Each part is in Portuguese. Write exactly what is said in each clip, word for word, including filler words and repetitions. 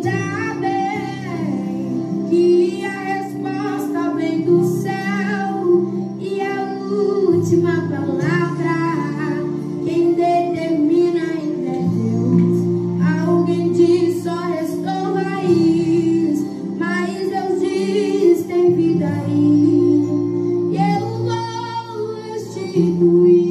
ainda bem que a resposta vem do céu e a última palavra quem determina ainda é Deus. Alguém diz só restou raiz, mas Deus diz tem vida aí e eu vou restituir.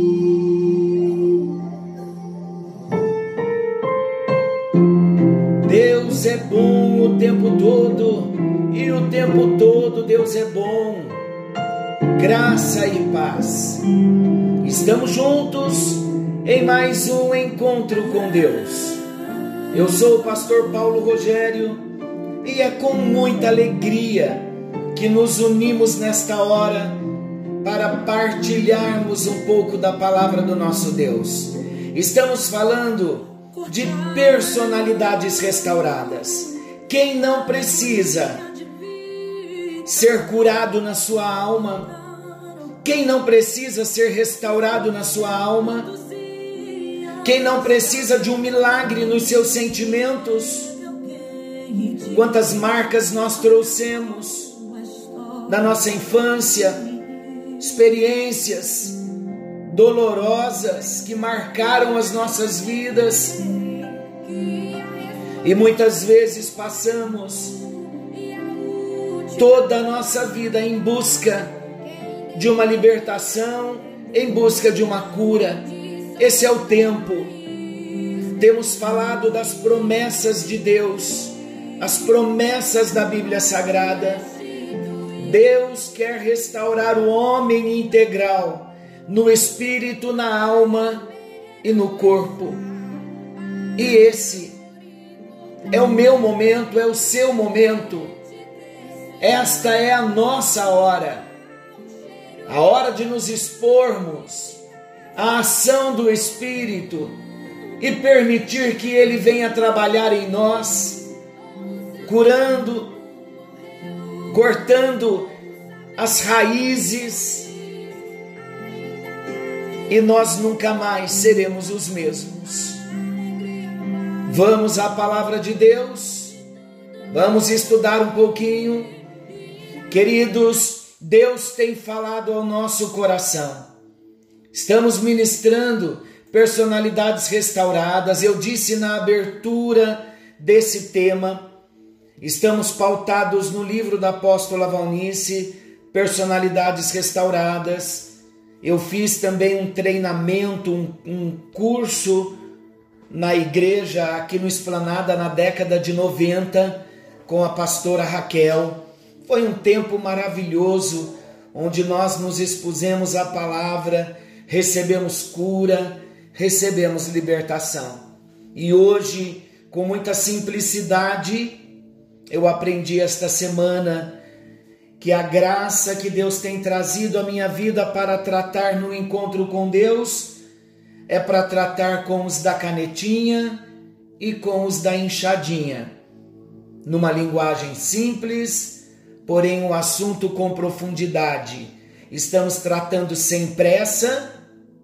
Deus é bom o tempo todo, e o tempo todo Deus é bom. Graça e paz. Estamos juntos em mais um encontro com Deus. Eu sou o pastor Paulo Rogério e é com muita alegria que nos unimos nesta hora para partilharmos um pouco da palavra do nosso Deus. Estamos falando de personalidades restauradas. Quem não precisa ser curado na sua alma? Quem não precisa ser restaurado na sua alma? Quem não precisa de um milagre nos seus sentimentos? Quantas marcas nós trouxemos da nossa infância, experiências dolorosas que marcaram as nossas vidas, e muitas vezes passamos toda a nossa vida em busca de uma libertação, em busca de uma cura. Esse é o tempo. Temos falado das promessas de Deus, as promessas da Bíblia Sagrada. Deus quer restaurar o homem integral, no espírito, na alma e no corpo. E esse é o meu momento, é o seu momento. Esta é a nossa hora, a hora de nos expormos à ação do Espírito e permitir que Ele venha trabalhar em nós, curando, cortando as raízes, e nós nunca mais seremos os mesmos. Vamos à palavra de Deus, vamos estudar um pouquinho. Queridos, Deus tem falado ao nosso coração. Estamos ministrando personalidades restauradas. Eu disse na abertura desse tema, estamos pautados no livro da apóstola Valnice, Personalidades Restauradas. Eu fiz também um treinamento, um, um curso na igreja aqui no Esplanada na década de noventa com a pastora Raquel. Foi um tempo maravilhoso onde nós nos expusemos à palavra, recebemos cura, recebemos libertação. E hoje, com muita simplicidade, eu aprendi esta semana que a graça que Deus tem trazido à minha vida para tratar no encontro com Deus é para tratar com os da canetinha e com os da enxadinha. Numa linguagem simples, porém um assunto com profundidade. Estamos tratando sem pressa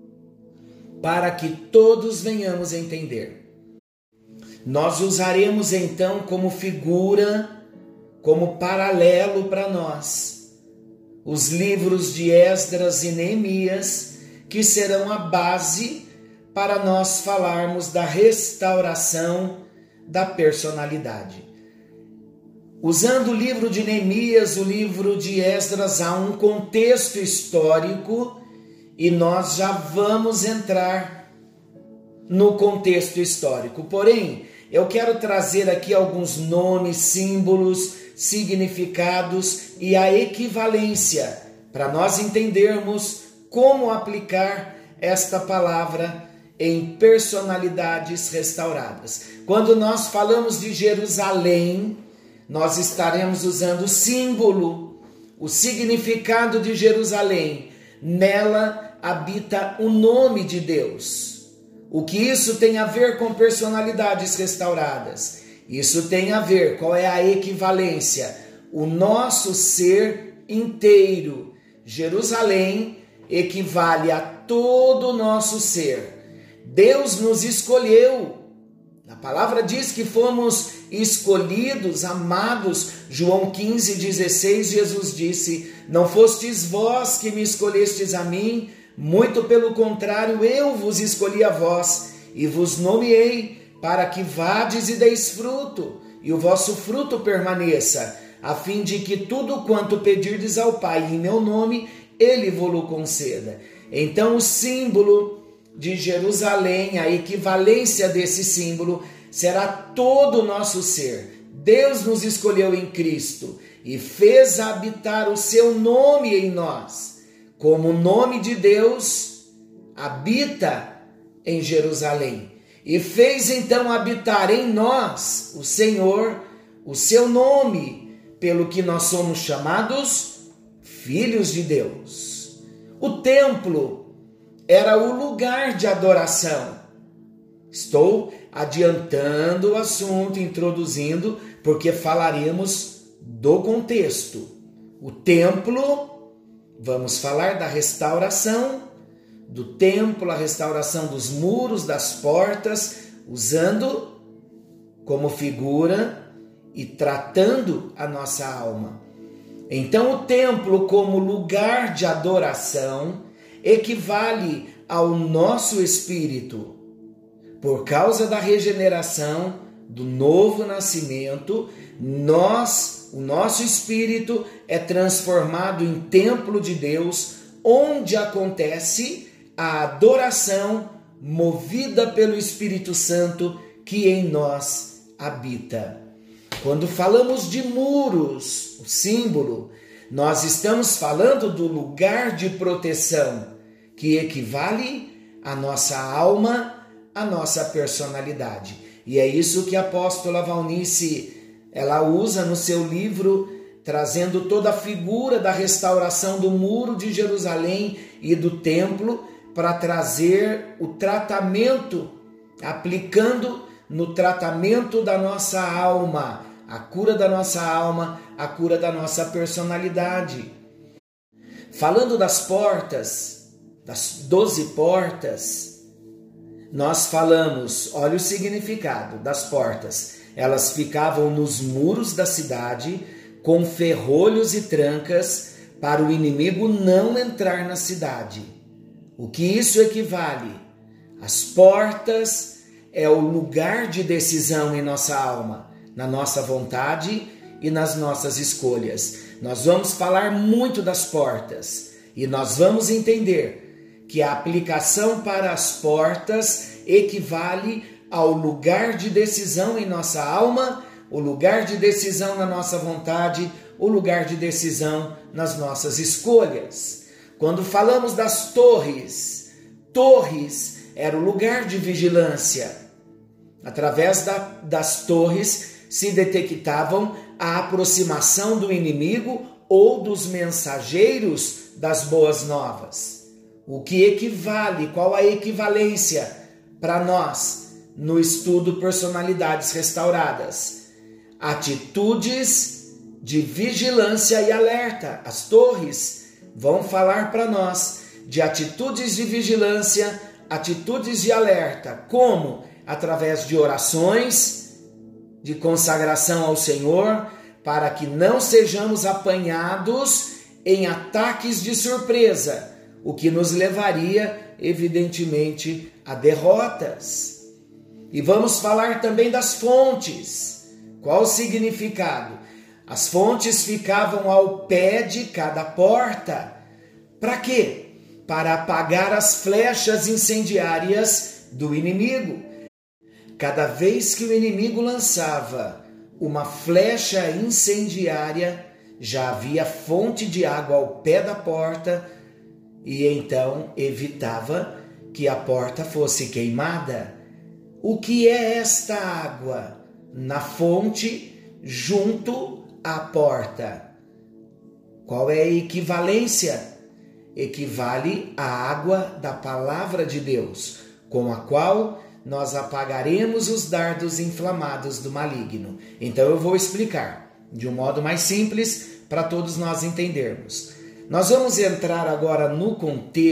para que todos venhamos entender. Nós usaremos então como figura, como paralelo para nós, os livros de Esdras e Neemias, que serão a base para nós falarmos da restauração da personalidade. Usando o livro de Neemias, o livro de Esdras, há um contexto histórico e nós já vamos entrar no contexto histórico. Porém, eu quero trazer aqui alguns nomes, símbolos, significados e a equivalência para nós entendermos como aplicar esta palavra em personalidades restauradas. Quando nós falamos de Jerusalém, nós estaremos usando o símbolo, o significado de Jerusalém. Nela habita o nome de Deus. O que isso tem a ver com personalidades restauradas? Isso tem a ver, qual é a equivalência? O nosso ser inteiro. Jerusalém equivale a todo o nosso ser. Deus nos escolheu. Na palavra diz que fomos escolhidos, amados. João quinze, dezesseis, Jesus disse: não fostes vós que me escolhestes a mim, muito pelo contrário, eu vos escolhi a vós e vos nomeei para que vades e deis fruto, e o vosso fruto permaneça, a fim de que tudo quanto pedirdes ao Pai em meu nome, Ele vos conceda. Então o símbolo de Jerusalém, a equivalência desse símbolo, será todo o nosso ser. Deus nos escolheu em Cristo e fez habitar o seu nome em nós. Como o nome de Deus habita em Jerusalém. E fez então habitar em nós o Senhor, o seu nome, pelo que nós somos chamados filhos de Deus. O templo era o lugar de adoração. Estou adiantando o assunto, introduzindo, porque falaremos do contexto. O templo, vamos falar da restauração do templo, a restauração dos muros, das portas, usando como figura e tratando a nossa alma. Então, o templo, como lugar de adoração, equivale ao nosso espírito. Por causa da regeneração, do novo nascimento, nós, o nosso espírito é transformado em templo de Deus, onde acontece a adoração movida pelo Espírito Santo que em nós habita. Quando falamos de muros, o símbolo, nós estamos falando do lugar de proteção, que equivale à nossa alma, à nossa personalidade. E é isso que a apóstola Valnice, ela usa no seu livro, trazendo toda a figura da restauração do muro de Jerusalém e do templo, para trazer o tratamento, aplicando no tratamento da nossa alma, a cura da nossa alma, a cura da nossa personalidade. Falando das portas, das doze portas, nós falamos, olha o significado das portas. Elas ficavam nos muros da cidade, com ferrolhos e trancas, para o inimigo não entrar na cidade. O que isso equivale? As portas é o lugar de decisão em nossa alma, na nossa vontade e nas nossas escolhas. Nós vamos falar muito das portas e nós vamos entender que a aplicação para as portas equivale ao lugar de decisão em nossa alma, o lugar de decisão na nossa vontade, o lugar de decisão nas nossas escolhas. Quando falamos das torres, torres era o lugar de vigilância. Através da, das torres se detectavam a aproximação do inimigo ou dos mensageiros das boas novas. O que equivale, qual a equivalência para nós no estudo Personalidades Restauradas? Atitudes de vigilância e alerta. As torres vão falar para nós de atitudes de vigilância, atitudes de alerta. Como? Através de orações, de consagração ao Senhor, para que não sejamos apanhados em ataques de surpresa, o que nos levaria, evidentemente, a derrotas. E vamos falar também das fontes. Qual o significado? As fontes ficavam ao pé de cada porta. Para quê? Para apagar as flechas incendiárias do inimigo. Cada vez que o inimigo lançava uma flecha incendiária, já havia fonte de água ao pé da porta e então evitava que a porta fosse queimada. O que é esta água? Na fonte, junto à porta. Qual é a equivalência? Equivale à água da palavra de Deus, com a qual nós apagaremos os dardos inflamados do maligno. Então eu vou explicar de um modo mais simples para todos nós entendermos. Nós vamos entrar agora no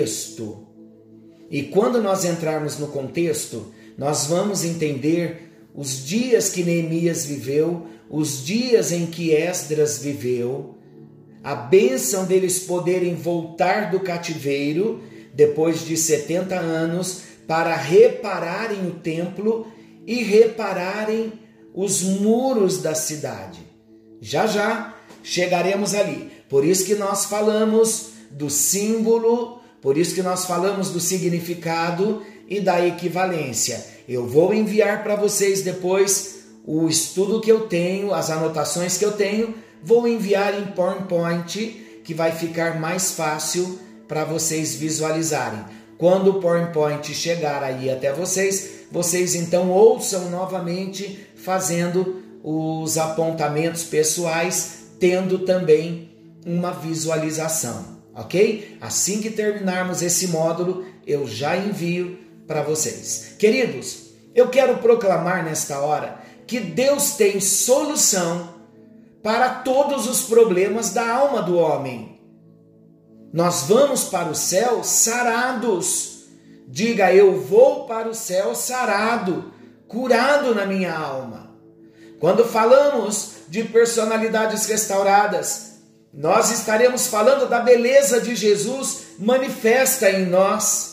contexto, e quando nós entrarmos no contexto, nós vamos entender os dias que Neemias viveu, os dias em que Esdras viveu, a bênção deles poderem voltar do cativeiro depois de setenta anos para repararem o templo e repararem os muros da cidade. Já já chegaremos ali. Por isso que nós falamos do símbolo, por isso que nós falamos do significado e da equivalência. Eu vou enviar para vocês depois o estudo que eu tenho, as anotações que eu tenho, vou enviar em PowerPoint, que vai ficar mais fácil para vocês visualizarem. Quando o PowerPoint chegar aí até vocês, vocês então ouçam novamente, fazendo os apontamentos pessoais, tendo também uma visualização, ok? Assim que terminarmos esse módulo, eu já envio para vocês. Queridos, eu quero proclamar nesta hora que Deus tem solução para todos os problemas da alma do homem. Nós vamos para o céu sarados. Diga, eu vou para o céu sarado, curado na minha alma. Quando falamos de personalidades restauradas, nós estaremos falando da beleza de Jesus manifesta em nós.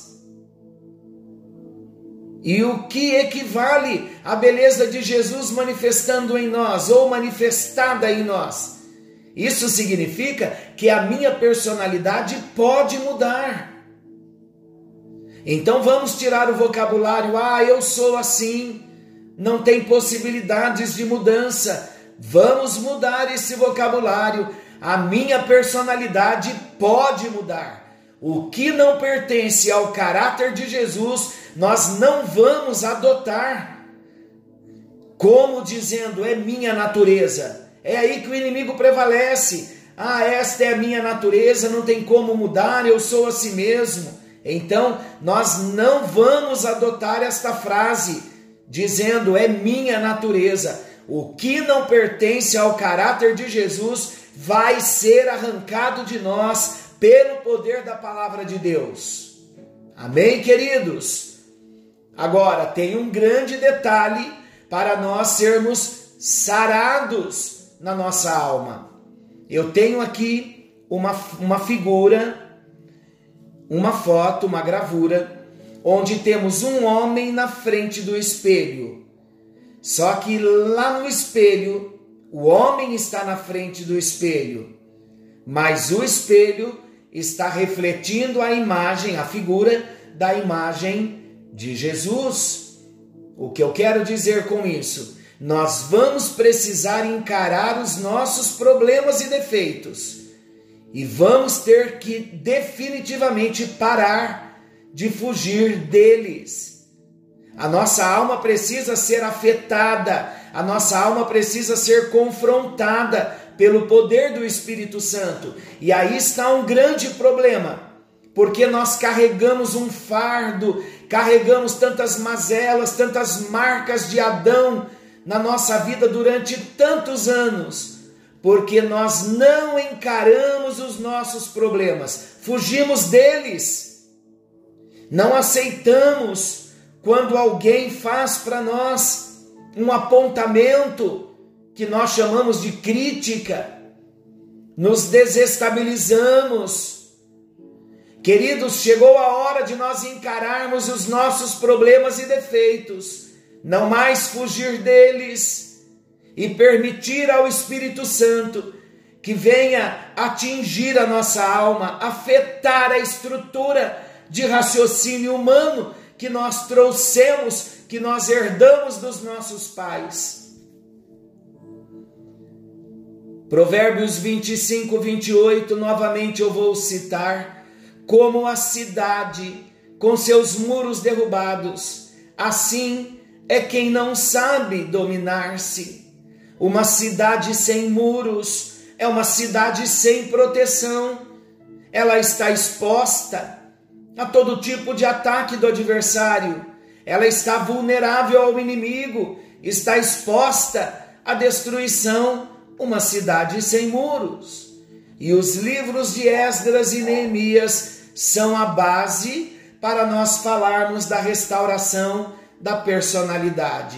E o que equivale à beleza de Jesus manifestando em nós ou manifestada em nós? Isso significa que a minha personalidade pode mudar. Então vamos tirar o vocabulário, ah, eu sou assim, não tem possibilidades de mudança. Vamos mudar esse vocabulário. A minha personalidade pode mudar. O que não pertence ao caráter de Jesus, nós não vamos adotar. Como dizendo, é minha natureza. É aí que o inimigo prevalece. Ah, esta é a minha natureza, não tem como mudar, eu sou assim mesmo. Então, nós não vamos adotar esta frase, dizendo, é minha natureza. O que não pertence ao caráter de Jesus vai ser arrancado de nós pelo poder da palavra de Deus. Amém, queridos? Agora, tem um grande detalhe para nós sermos sarados na nossa alma. Eu tenho aqui uma, uma figura, uma foto, uma gravura, onde temos um homem na frente do espelho. Só que lá no espelho, o homem está na frente do espelho, mas o espelho está refletindo a imagem, a figura da imagem de Jesus. O que eu quero dizer com isso? Nós vamos precisar encarar os nossos problemas e defeitos e vamos ter que definitivamente parar de fugir deles. A nossa alma precisa ser afetada, a nossa alma precisa ser confrontada pelo poder do Espírito Santo. E aí está um grande problema, porque nós carregamos um fardo, carregamos tantas mazelas, tantas marcas de Adão na nossa vida durante tantos anos, porque nós não encaramos os nossos problemas, fugimos deles, não aceitamos quando alguém faz para nós um apontamento que nós chamamos de crítica, nos desestabilizamos. Queridos, chegou a hora de nós encararmos os nossos problemas e defeitos, não mais fugir deles e permitir ao Espírito Santo que venha atingir a nossa alma, afetar a estrutura de raciocínio humano que nós trouxemos, que nós herdamos dos nossos pais. Provérbios vinte e cinco, vinte e oito, novamente eu vou citar: como a cidade com seus muros derrubados, assim é quem não sabe dominar-se. Uma cidade sem muros é uma cidade sem proteção. Ela está exposta a todo tipo de ataque do adversário. Ela está vulnerável ao inimigo, está exposta à destruição. Uma cidade sem muros. E os livros de Esdras e Neemias são a base para nós falarmos da restauração da personalidade.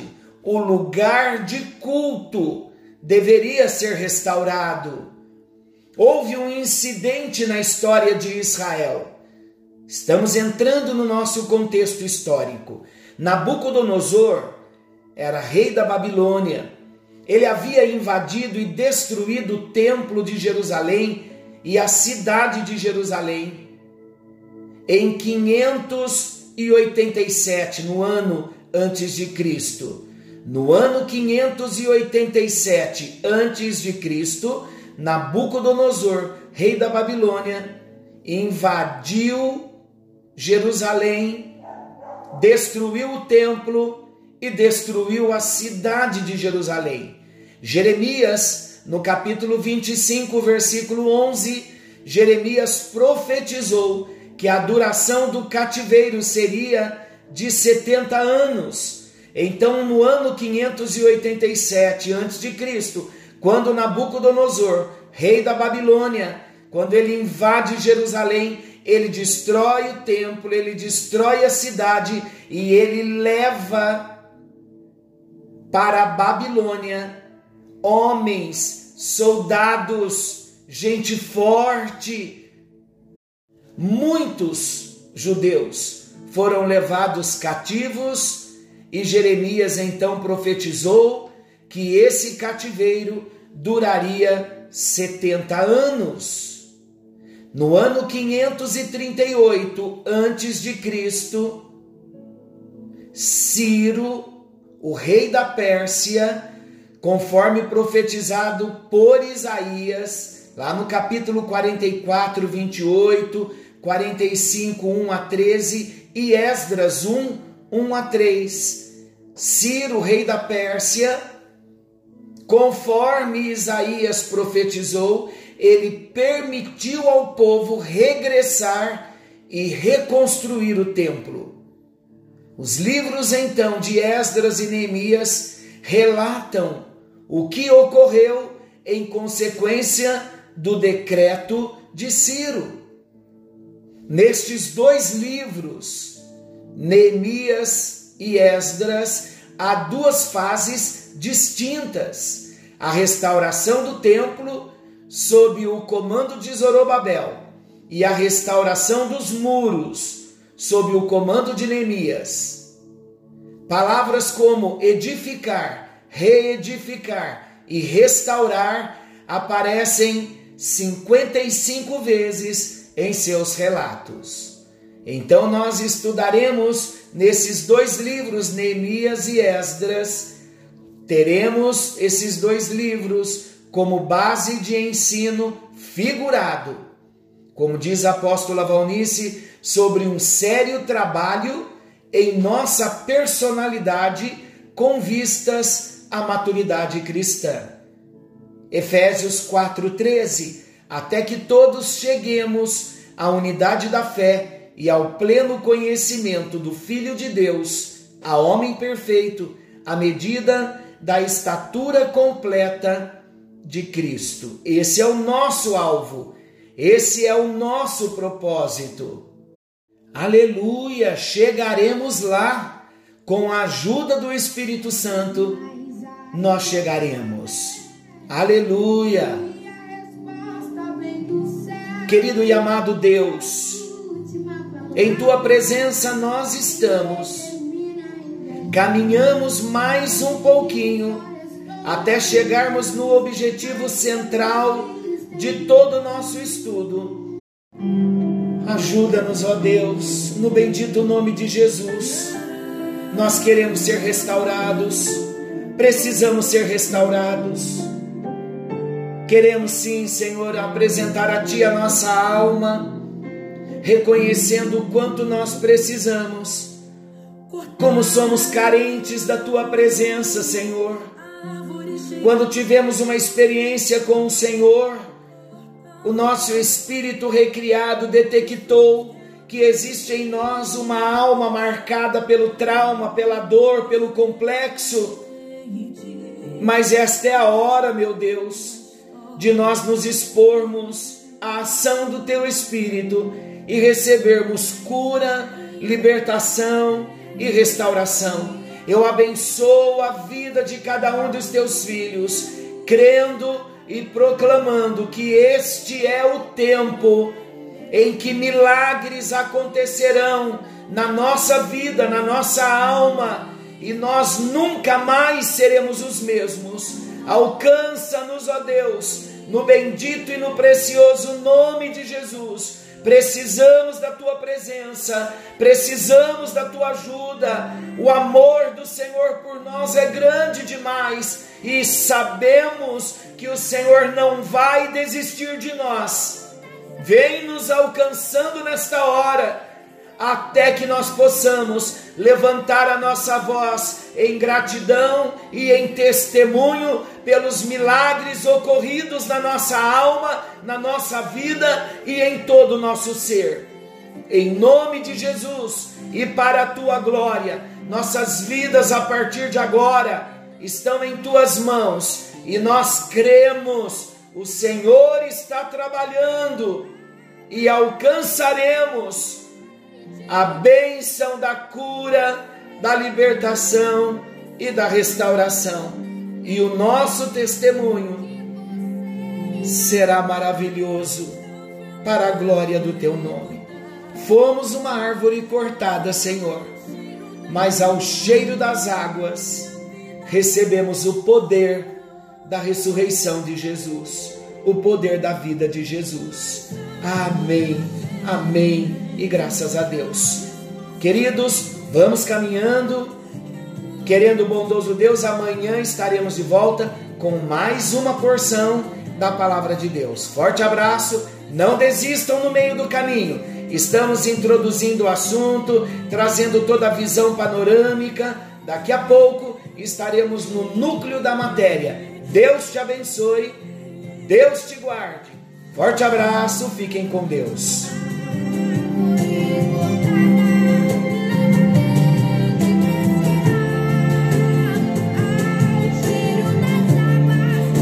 o lugar de culto deveria ser restaurado. Houve um incidente na história de Israel. Estamos entrando no nosso contexto histórico. Nabucodonosor era rei da Babilônia. Ele havia invadido e destruído o templo de Jerusalém e a cidade de Jerusalém em quinhentos e oitenta e sete, no ano antes de Cristo. No ano quinhentos e oitenta e sete antes de Cristo, Nabucodonosor, rei da Babilônia, invadiu Jerusalém, destruiu o templo e destruiu a cidade de Jerusalém. Jeremias, no capítulo vinte e cinco, versículo onze, Jeremias profetizou que a duração do cativeiro seria de setenta anos. Então, no ano quinhentos e oitenta e sete antes de Cristo, quando Nabucodonosor, rei da Babilônia, quando ele invade Jerusalém, ele destrói o templo, ele destrói a cidade e ele leva para a Babilônia homens, soldados, gente forte. Muitos judeus foram levados cativos e Jeremias então profetizou que esse cativeiro duraria setenta anos. No ano quinhentos e trinta e oito antes de Cristo, Ciro, o rei da Pérsia, conforme profetizado por Isaías, lá no capítulo quarenta e quatro, vinte e oito, quarenta e cinco, um a treze e Esdras um, um a três. Ciro, rei da Pérsia, conforme Isaías profetizou, ele permitiu ao povo regressar e reconstruir o templo. Os livros então de Esdras e Neemias relatam o que ocorreu em consequência do decreto de Ciro. Nestes dois livros, Neemias e Esdras, há duas fases distintas: a restauração do templo sob o comando de Zorobabel e a restauração dos muros sob o comando de Neemias. Palavras como edificar, reedificar e restaurar aparecem cinquenta e cinco vezes em seus relatos. Então nós estudaremos nesses dois livros, Neemias e Esdras, teremos esses dois livros como base de ensino figurado, como diz a apóstola Valnice, sobre um sério trabalho em nossa personalidade com vistas à maturidade cristã. Efésios quatro, treze, até que todos cheguemos à unidade da fé e ao pleno conhecimento do Filho de Deus, a homem perfeito, à medida da estatura completa de Cristo. Esse é o nosso alvo, esse é o nosso propósito. Aleluia! Chegaremos lá, com a ajuda do Espírito Santo, nós chegaremos. Aleluia! Querido e amado Deus, em Tua presença nós estamos, caminhamos mais um pouquinho, até chegarmos no objetivo central de todo o nosso estudo. Ajuda-nos, ó Deus, no bendito nome de Jesus. Nós queremos ser restaurados, precisamos ser restaurados. Queremos sim, Senhor, apresentar a Ti a nossa alma, reconhecendo o quanto nós precisamos, como somos carentes da Tua presença, Senhor. Quando tivemos uma experiência com o Senhor, o nosso espírito recriado detectou que existe em nós uma alma marcada pelo trauma, pela dor, pelo complexo. Mas esta é a hora, meu Deus, de nós nos expormos à ação do Teu Espírito e recebermos cura, libertação e restauração. Eu abençoo a vida de cada um dos teus filhos, crendo e proclamando que este é o tempo em que milagres acontecerão na nossa vida, na nossa alma, e nós nunca mais seremos os mesmos. Alcança-nos, ó Deus, no bendito e no precioso nome de Jesus. Precisamos da tua presença, precisamos da tua ajuda. O amor do Senhor por nós é grande demais e sabemos que o Senhor não vai desistir de nós. Vem nos alcançando nesta hora, até que nós possamos levantar a nossa voz em gratidão e em testemunho pelos milagres ocorridos na nossa alma, na nossa vida e em todo o nosso ser. Em nome de Jesus e para a tua glória, nossas vidas a partir de agora estão em tuas mãos e nós cremos, o Senhor está trabalhando e alcançaremos a bênção da cura, da libertação e da restauração. E o nosso testemunho será maravilhoso para a glória do teu nome. Fomos uma árvore cortada, Senhor, mas ao cheiro das águas recebemos o poder da ressurreição de Jesus, o poder da vida de Jesus. Amém, amém e graças a Deus. Queridos, vamos caminhando, querendo o bondoso Deus, amanhã estaremos de volta com mais uma porção da palavra de Deus. Forte abraço, não desistam no meio do caminho. Estamos introduzindo o assunto, trazendo toda a visão panorâmica. Daqui a pouco estaremos no núcleo da matéria. Deus te abençoe, Deus te guarde. Forte abraço, fiquem com Deus.